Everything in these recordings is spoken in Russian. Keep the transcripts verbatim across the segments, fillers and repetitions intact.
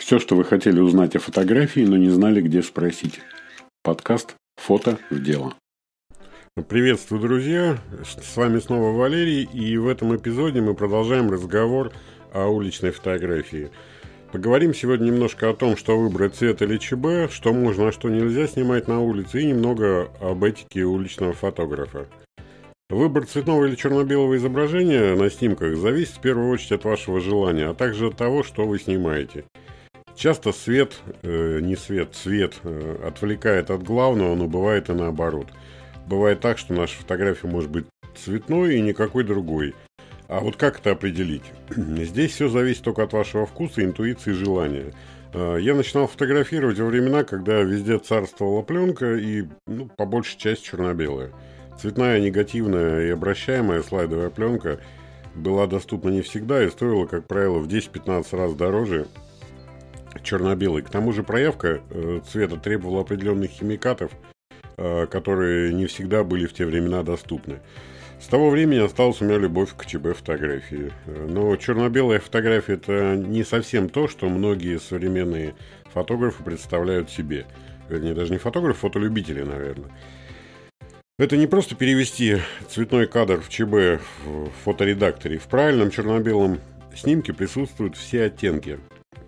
Все, что вы хотели узнать о фотографии, но не знали, где спросить. Подкаст «Фото в дело». Приветствую, друзья! С вами снова Валерий, и в этом эпизоде мы продолжаем разговор о уличной фотографии. Поговорим сегодня немножко о том, что выбрать, цвет или ЧБ, что можно, а что нельзя снимать на улице, и немного об этике уличного фотографа. Выбор цветного или черно-белого изображения на снимках зависит в первую очередь от вашего желания, а также от того, что вы снимаете. Часто свет, э, не свет, цвет э, отвлекает от главного, но бывает и наоборот. Бывает так, что наша фотография может быть цветной и никакой другой. А вот как это определить? Здесь все зависит только от вашего вкуса, интуиции и желания. Я начинал фотографировать во времена, когда везде царствовала пленка и, ну, по большей части черно-белая. Цветная, негативная и обращаемая слайдовая пленка была доступна не всегда и стоила, как правило, в десять-пятнадцать раз дороже черно-белой. К тому же проявка цвета требовала определенных химикатов, которые не всегда были в те времена доступны. С того времени осталась у меня любовь к ЧБ-фотографии. Но черно-белая фотография – это не совсем то, что многие современные фотографы представляют себе. Вернее, даже не фотографы, фотолюбители, наверное. Это не просто перевести цветной кадр в ЧБ в фоторедакторе. В правильном черно-белом снимке присутствуют все оттенки.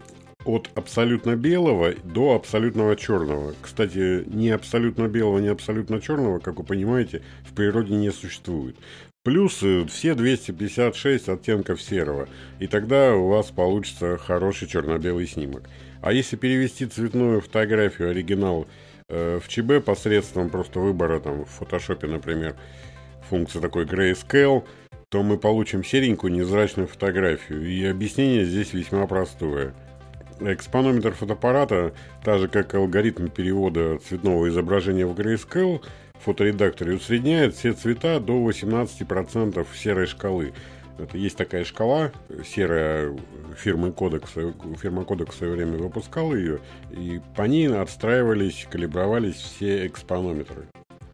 От абсолютно белого до абсолютного черного. Кстати, ни абсолютно белого, ни абсолютно черного, как вы понимаете, в природе не существует. Плюс все двести пятьдесят шесть оттенков серого. И тогда у вас получится хороший черно-белый снимок. А если перевести цветную фотографию, оригинал, э, в ЧБ посредством просто выбора там, в фотошопе, например, функции такой Grayscale, то мы получим серенькую невзрачную фотографию. И объяснение здесь весьма простое. Экспонометр фотоаппарата, так же как и алгоритм перевода цветного изображения в Grayscale, в фоторедакторе усредняет все цвета до восемнадцать процентов серой шкалы. Это есть такая шкала, серая, фирма Kodak, фирма Kodak в свое время выпускала ее, и по ней отстраивались, калибровались все экспонометры.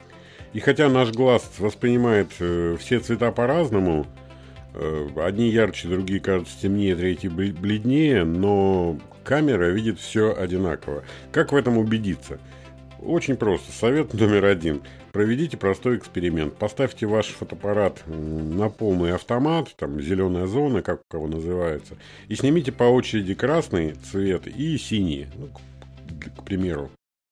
И хотя наш глаз воспринимает все цвета по-разному, одни ярче, другие кажутся темнее, третьи бледнее, но камера видит все одинаково. Как в этом убедиться? Очень просто. Совет номер один. Проведите простой эксперимент. Поставьте ваш фотоаппарат на полный автомат, там зеленая зона, как у кого называется, и снимите по очереди красный цвет и синий, ну, к, к примеру.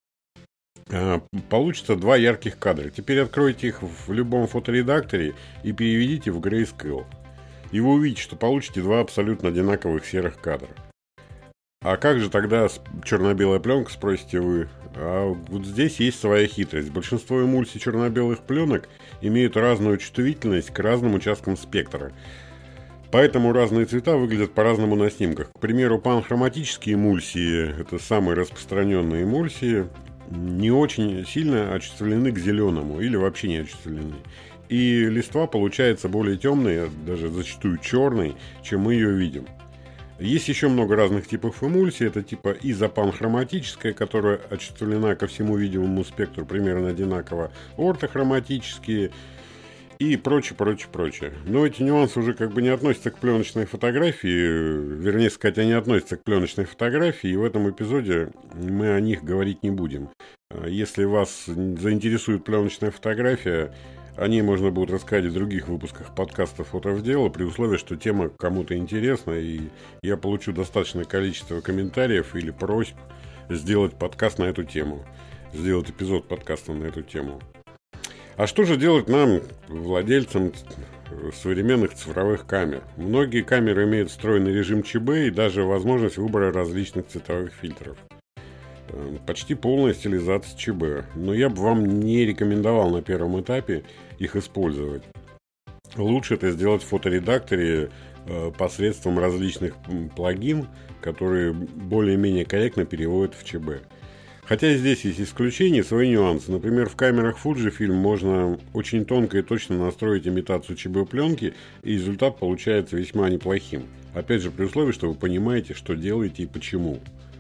Получится два ярких кадра. Теперь откройте их в любом фоторедакторе и переведите в Grayscale. И вы увидите, что получите два абсолютно одинаковых серых кадра. А как же тогда черно-белая пленка, спросите вы? А вот здесь есть своя хитрость. Большинство эмульсий черно-белых пленок имеют разную чувствительность к разным участкам спектра. Поэтому разные цвета выглядят по-разному на снимках. К примеру, панхроматические эмульсии, это самые распространенные эмульсии, не очень сильно очувствлены к зеленому или вообще не очувствлены. И листва получается более темной, даже зачастую черной, чем мы ее видим. Есть еще много разных типов эмульсий. Это типа изопанхроматическая, которая очувствлена ко всему видимому спектру примерно одинаково, ортохроматические и прочее, прочее, прочее. Но эти нюансы уже как бы не относятся к пленочной фотографии. Вернее сказать, они относятся к пленочной фотографии, и в этом эпизоде мы о них говорить не будем. Если вас заинтересует пленочная фотография, о ней можно будет рассказать в других выпусках подкаста «Фото в дело», при условии, что тема кому-то интересна, и я получу достаточное количество комментариев или просьб сделать подкаст на эту тему, сделать эпизод подкаста на эту тему. А что же делать нам, владельцам современных цифровых камер? Многие камеры имеют встроенный режим ЧБ и даже возможность выбора различных цветовых фильтров. Почти полная стилизация ЧБ, но я бы вам не рекомендовал на первом этапе их использовать. Лучше это сделать в фоторедакторе э, посредством различных плагин, которые более-менее корректно переводят в ЧБ. Хотя здесь есть исключения, свои нюансы. Например, в камерах Fujifilm можно очень тонко и точно настроить имитацию ЧБ-пленки, и результат получается весьма неплохим. Опять же, при условии, что вы понимаете, что делаете и почему.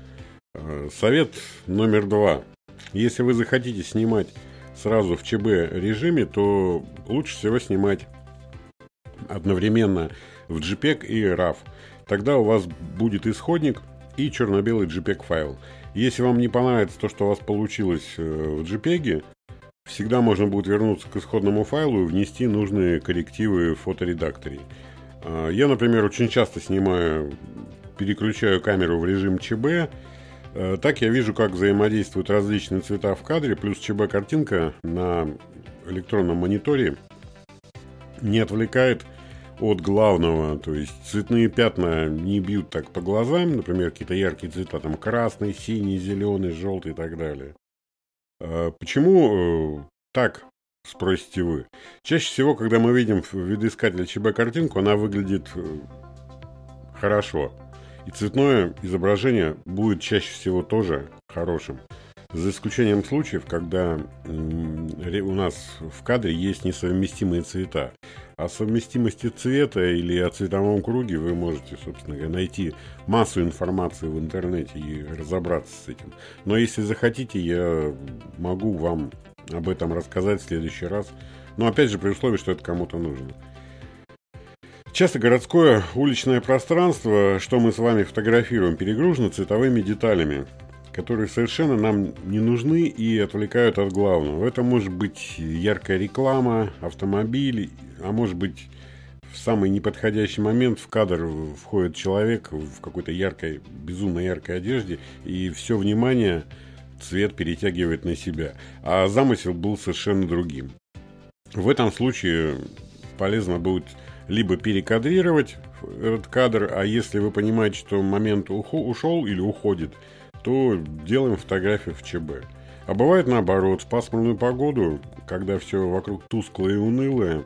Совет номер два. Если вы захотите снимать сразу в ЧБ режиме, то лучше всего снимать одновременно в джей пег и рав. Тогда у вас будет исходник, и черно-белый джей пег файл. Если вам не понравится то, что у вас получилось в JPEG, всегда можно будет вернуться к исходному файлу и внести нужные коррективы в фоторедакторе. Я, например, очень часто снимаю, переключаю камеру в режим ЧБ. Так я вижу, как взаимодействуют различные цвета в кадре, плюс ЧБ-картинка на электронном мониторе не отвлекает от главного. То есть цветные пятна не бьют так по глазам, например, какие-то яркие цвета, там красный, синий, зеленый, желтый и так далее. Почему так, спросите вы? Чаще всего, когда мы видим в видоискателе ЧБ-картинку, она выглядит хорошо. И цветное изображение будет чаще всего тоже хорошим. За исключением случаев, когда у нас в кадре есть несовместимые цвета. О совместимости цвета или о цветовом круге вы можете, собственно говоря, найти массу информации в интернете и разобраться с этим. Но если захотите, я могу вам об этом рассказать в следующий раз. Но опять же, при условии, что это кому-то нужно. Часто городское уличное пространство, что мы с вами фотографируем, перегружено цветовыми деталями, которые совершенно нам не нужны и отвлекают от главного. Это может быть яркая реклама, автомобиль, а может быть в самый неподходящий момент в кадр входит человек в какой-то яркой, безумно яркой одежде, и все внимание цвет перетягивает на себя. А замысел был совершенно другим. В этом случае полезно будет либо перекадрировать этот кадр, а если вы понимаете, что момент ушел или уходит, то делаем фотографию в ЧБ. А бывает наоборот, в пасмурную погоду, когда все вокруг тусклое и унылое,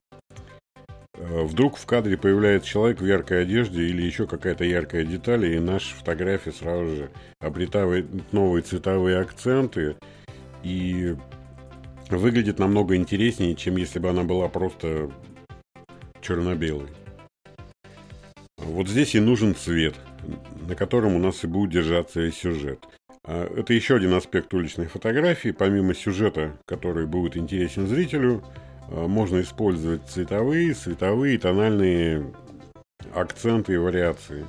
вдруг в кадре появляется человек в яркой одежде или еще какая-то яркая деталь, и наша фотография сразу же обретает новые цветовые акценты и выглядит намного интереснее, чем если бы она была просто черно-белой. Вот здесь и нужен цвет, на котором у нас и будет держаться весь сюжет. Это еще один аспект уличной фотографии. Помимо сюжета, который будет интересен зрителю, можно использовать цветовые, световые, тональные акценты и вариации.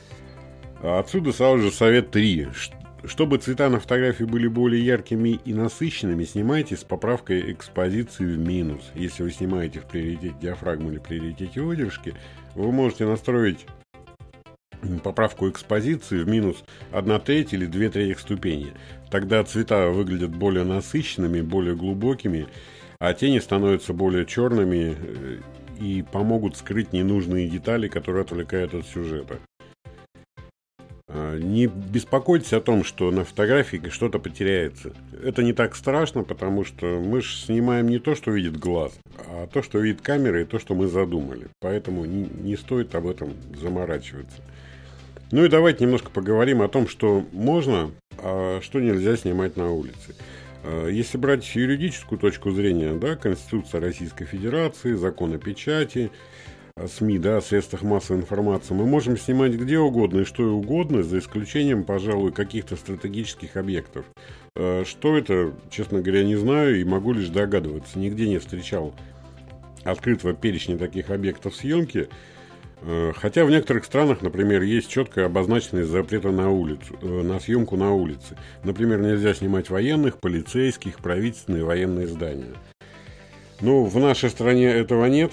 Отсюда сразу же совет три. Чтобы цвета на фотографии были более яркими и насыщенными, снимайте с поправкой экспозиции в минус. Если вы снимаете в приоритете диафрагмы или приоритете выдержки, вы можете настроить поправку экспозиции в минус одна треть или две трети ступени. Тогда цвета выглядят более насыщенными, более глубокими, а тени становятся более черными и помогут скрыть ненужные детали, которые отвлекают от сюжета. Не беспокойтесь о том, что на фотографии что-то потеряется. Это не так страшно, потому что мы же снимаем не то, что видит глаз, а то, что видит камера и то, что мы задумали. Поэтому не, не стоит об этом заморачиваться. Ну и давайте немножко поговорим о том, что можно, а что нельзя снимать на улице. Если брать юридическую точку зрения, да, Конституция Российской Федерации, закон о печати, СМИ, да, средствах массовой информации, мы можем снимать где угодно и что угодно, за исключением, пожалуй, каких-то стратегических объектов. Что это, честно говоря, не знаю и могу лишь догадываться. Нигде не встречал открытого перечня таких объектов съемки. Хотя в некоторых странах, например, есть четко обозначенные запреты на улицу, на съемку на улице. Например, нельзя снимать военных, полицейских, правительственные военные здания. Но в нашей стране этого нет.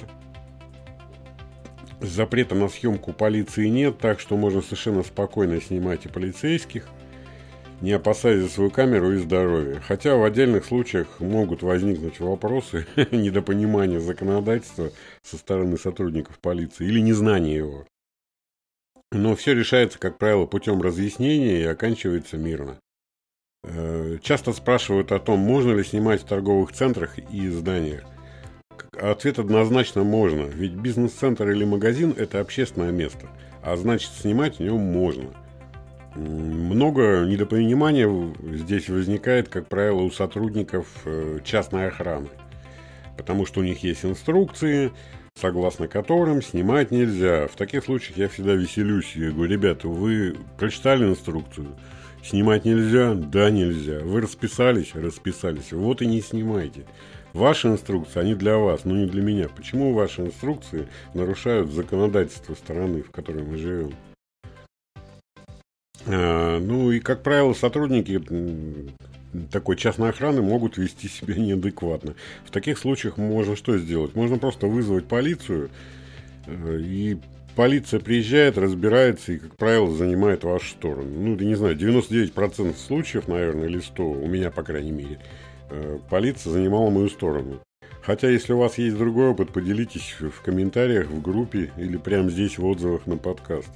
Запрета на съемку полиции нет, так что можно совершенно спокойно снимать и полицейских, не опасаясь за свою камеру и здоровье. Хотя в отдельных случаях могут возникнуть вопросы недопонимания законодательства со стороны сотрудников полиции или незнания его. Но все решается, как правило, путем разъяснения и оканчивается мирно. Часто спрашивают о том, можно ли снимать в торговых центрах и зданиях. Ответ однозначно можно, ведь бизнес-центр или магазин – это общественное место, а значит, снимать в нем можно. Много недопонимания здесь возникает, как правило, у сотрудников частной охраны, потому что у них есть инструкции, согласно которым снимать нельзя. В таких случаях я всегда веселюсь. Я говорю: ребята, вы прочитали инструкцию? Снимать нельзя? Да, нельзя. Вы расписались? Расписались. Вот и не снимайте. Ваши инструкции, они для вас, но не для меня. Почему ваши инструкции нарушают законодательство страны, в которой мы живем? А, ну и, как правило, сотрудники такой частной охраны могут вести себя неадекватно. В таких случаях можно что сделать? Можно просто вызвать полицию, и полиция приезжает, разбирается и, как правило, занимает вашу сторону. Ну, я не знаю, девяносто девять процентов случаев, наверное, или сто, у меня, по крайней мере, полиция занимала мою сторону. Хотя, если у вас есть другой опыт, поделитесь в комментариях, в группе или прямо здесь в отзывах на подкаст.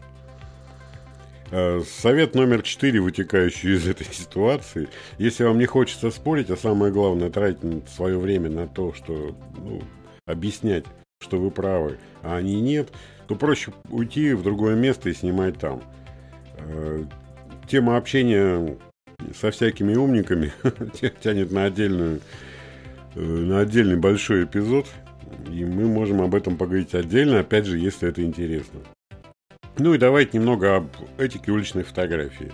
Совет номер четыре, вытекающий из этой ситуации. Если вам не хочется спорить, а самое главное, тратить свое время на то, что ну, объяснять, что вы правы, а они нет, то проще уйти в другое место и снимать там. Тема общения со всякими умниками тянет на отдельную, на отдельный большой эпизод, и мы можем об этом поговорить отдельно, опять же, если это интересно. Ну и давайте немного об этике уличной фотографии.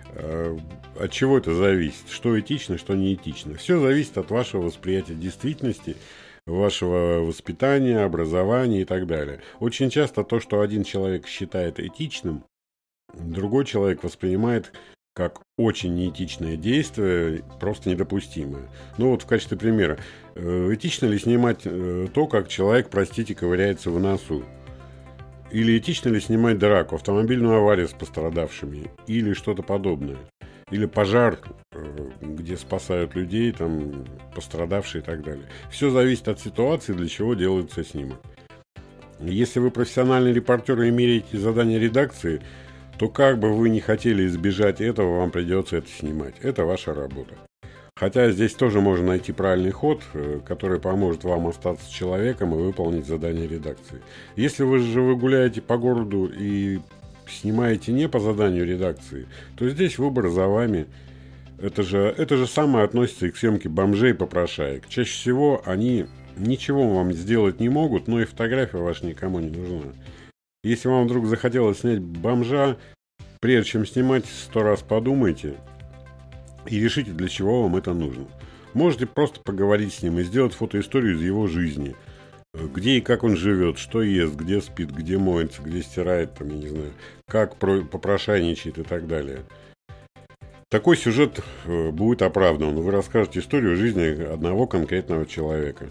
От чего это зависит? Что этично, что не этично? Все зависит от вашего восприятия действительности, вашего воспитания, образования и так далее. Очень часто то, что один человек считает этичным, другой человек воспринимает как очень неэтичное действие, просто недопустимое. Ну вот в качестве примера. Этично ли снимать то, как человек, простите, ковыряется в носу? Или этично ли снимать драку, автомобильную аварию с пострадавшими, или что-то подобное. Или пожар, где спасают людей, там, пострадавшие и так далее. Все зависит от ситуации, для чего делается снимок. Если вы профессиональный репортер и имеете задание редакции, то как бы вы ни хотели избежать этого, вам придется это снимать. Это ваша работа. Хотя здесь тоже можно найти правильный ход, который поможет вам остаться человеком и выполнить задание редакции. Если вы же вы гуляете по городу и снимаете не по заданию редакции, то здесь выбор за вами. Это же, это же самое относится и к съемке бомжей и попрошаек. Чаще всего они ничего вам сделать не могут, но и фотография ваша никому не нужна. Если вам вдруг захотелось снять бомжа, прежде чем снимать, сто раз подумайте и решите, для чего вам это нужно. Можете просто поговорить с ним и сделать фотоисторию из его жизни. Где и как он живет, что ест, где спит, где моется, где стирает, там, я не знаю, как попрошайничает и так далее. Такой сюжет будет оправдан. Вы расскажете историю жизни одного конкретного человека.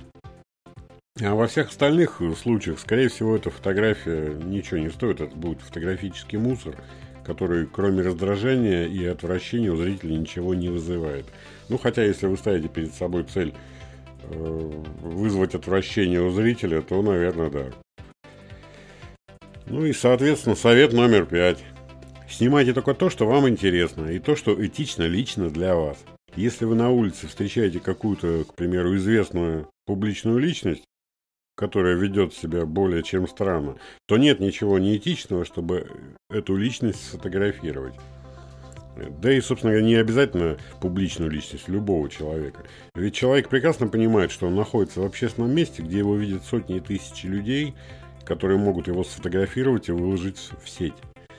А во всех остальных случаях, скорее всего, эта фотография ничего не стоит. Это будет фотографический мусор, который, кроме раздражения и отвращения, у зрителей ничего не вызывает. Ну, хотя, если вы ставите перед собой цель э, вызвать отвращение у зрителя, то, наверное, да. Ну и, соответственно, совет номер пять. Снимайте только то, что вам интересно, и то, что этично лично для вас. Если вы на улице встречаете какую-то, к примеру, известную публичную личность, которая ведет себя более чем странно, то нет ничего неэтичного, чтобы эту личность сфотографировать. Да и, собственно говоря, не обязательно публичную личность любого человека. Ведь человек прекрасно понимает, что он находится в общественном месте, где его видят сотни и тысячи людей, которые могут его сфотографировать и выложить в сеть.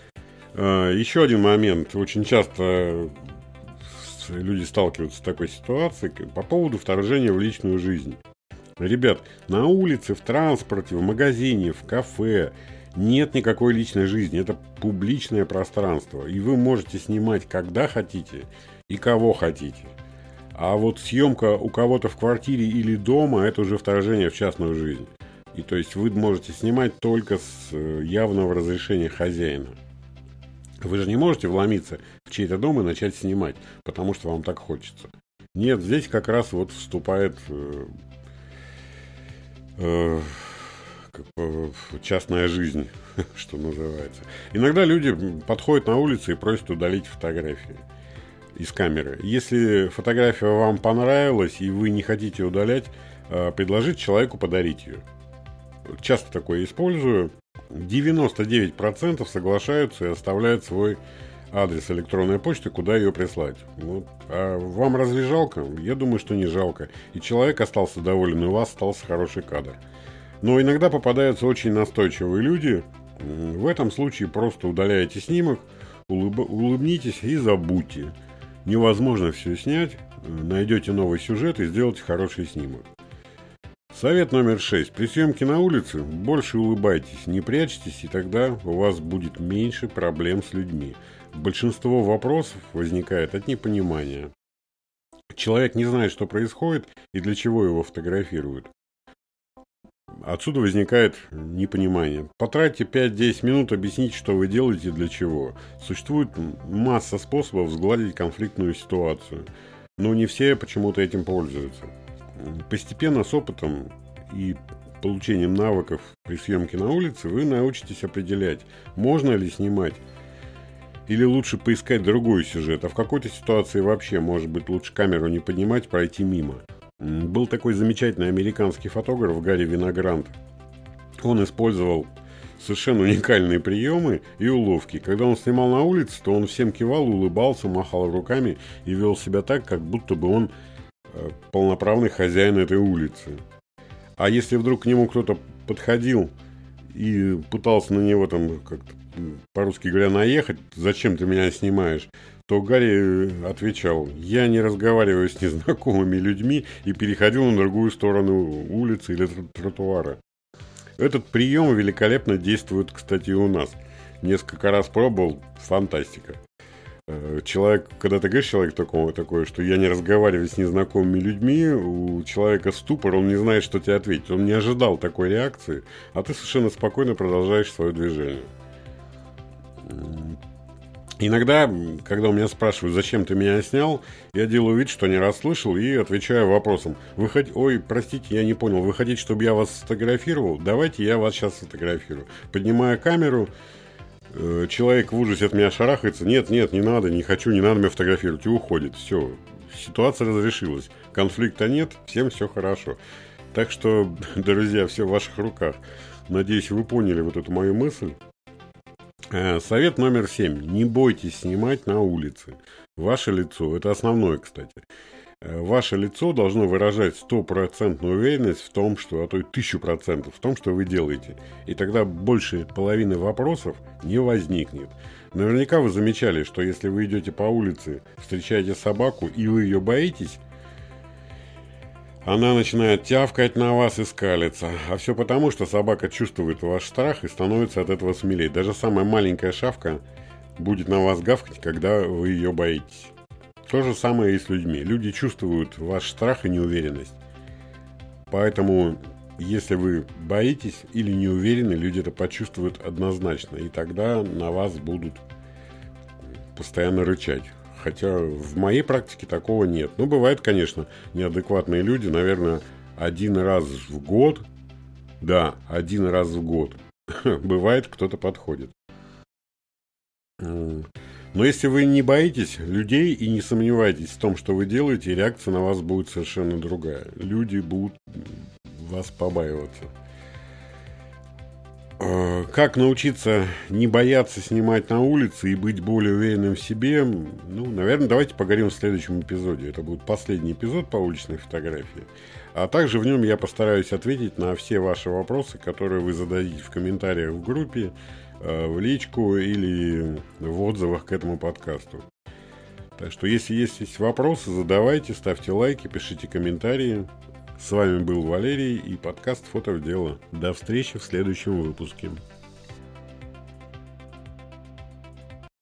Еще один момент. Очень часто люди сталкиваются с такой ситуацией по поводу вторжения в личную жизнь. Ребят, на улице, в транспорте, в магазине, в кафе нет никакой личной жизни. Это публичное пространство. И вы можете снимать когда хотите и кого хотите. А вот съемка у кого-то в квартире или дома – это уже вторжение в частную жизнь. И то есть вы можете снимать только с явного разрешения хозяина. Вы же не можете вломиться в чей-то дом и начать снимать, потому что вам так хочется. Нет, здесь как раз вот вступает э, э, как бы частная жизнь, что называется. Иногда люди подходят на улице и просят удалить фотографии из камеры. Если фотография вам понравилась и вы не хотите удалять, э, предложите человеку подарить ее. Часто такое использую. девяносто девять процентов соглашаются и оставляют свой адрес электронной почты, куда ее прислать. Вот. А вам разве жалко? Я думаю, что не жалко. И человек остался доволен, и у вас остался хороший кадр. Но иногда попадаются очень настойчивые люди. В этом случае просто удаляете снимок, улыб... улыбнитесь и забудьте. Невозможно все снять. Найдете новый сюжет и сделайте хороший снимок. Совет номер шесть. При съемке на улице больше улыбайтесь, не прячьтесь, и тогда у вас будет меньше проблем с людьми. большинство вопросов возникает от непонимания. Человек не знает, что происходит и для чего его фотографируют. Отсюда возникает непонимание. Потратьте пять-десять минут объяснить, что вы делаете и для чего. Существует масса способов сгладить конфликтную ситуацию, но не все почему-то этим пользуются. Постепенно с опытом и получением навыков при съемке на улице вы научитесь определять, можно ли снимать или лучше поискать другой сюжет, а в какой-то ситуации вообще, может быть, лучше камеру не поднимать, пройти мимо. Был такой замечательный американский фотограф Гарри Виногрант. Он использовал совершенно уникальные приемы и уловки. Когда он снимал на улице, то он всем кивал, улыбался, махал руками и вел себя так, как будто бы он полноправный хозяин этой улицы. А если вдруг к нему кто-то подходил и пытался на него там как-то, по-русски говоря, наехать, зачем ты меня снимаешь, то Гарри отвечал: я не разговариваю с незнакомыми людьми, и переходил на другую сторону улицы или тротуара. Этот прием великолепно действует, кстати, и у нас. Несколько раз пробовал, фантастика. Человек, когда ты говоришь человеку такое, такое, что я не разговариваю с незнакомыми людьми, у человека ступор, он не знает, что тебе ответить. Он не ожидал такой реакции, а ты совершенно спокойно продолжаешь свое движение. Иногда, когда у меня спрашивают, зачем ты меня снял, я делаю вид, что не расслышал, и отвечаю вопросом. Вы хотите... Ой, простите, я не понял. Вы хотите, чтобы я вас сфотографировал? Давайте я вас сейчас сфотографирую. Поднимаю камеру, человек в ужасе от меня шарахается. Нет, нет, не надо, не хочу, не надо меня фотографировать. И уходит. Все, ситуация разрешилась. Конфликта нет, всем все хорошо. Так что, друзья, все в ваших руках. Надеюсь, вы поняли вот эту мою мысль. Совет номер семь. Не бойтесь снимать на улице. Ваше лицо, это основное, кстати. Ваше лицо должно выражать стопроцентную уверенность в том, что, а то и тысячу процентов в том, что вы делаете. И тогда больше половины вопросов не возникнет. Наверняка вы замечали, что если вы идете по улице, встречаете собаку и вы ее боитесь, она начинает тявкать на вас и скалиться. А все потому, что собака чувствует ваш страх и становится от этого смелее. Даже самая маленькая шавка будет на вас гавкать, когда вы ее боитесь. То же самое и с людьми. Люди чувствуют ваш страх и неуверенность. Поэтому, если вы боитесь или не уверены, люди это почувствуют однозначно. И тогда на вас будут постоянно рычать. Хотя в моей практике такого нет. Ну, бывает, конечно, неадекватные люди, наверное, один раз в год. Да, один раз в год. Бывает, кто-то подходит. Но если вы не боитесь людей и не сомневаетесь в том, что вы делаете, реакция на вас будет совершенно другая. Люди будут вас побаиваться. Как научиться не бояться снимать на улице и быть более уверенным в себе? Ну, наверное, давайте поговорим в следующем эпизоде. Это будет последний эпизод по уличной фотографии. А также в нем я постараюсь ответить на все ваши вопросы, которые вы зададите в комментариях в группе, в личку или в отзывах к этому подкасту. Так что, если есть вопросы, задавайте, ставьте лайки, пишите комментарии. С вами был Валерий и подкаст «Фото в дело». До встречи в следующем выпуске.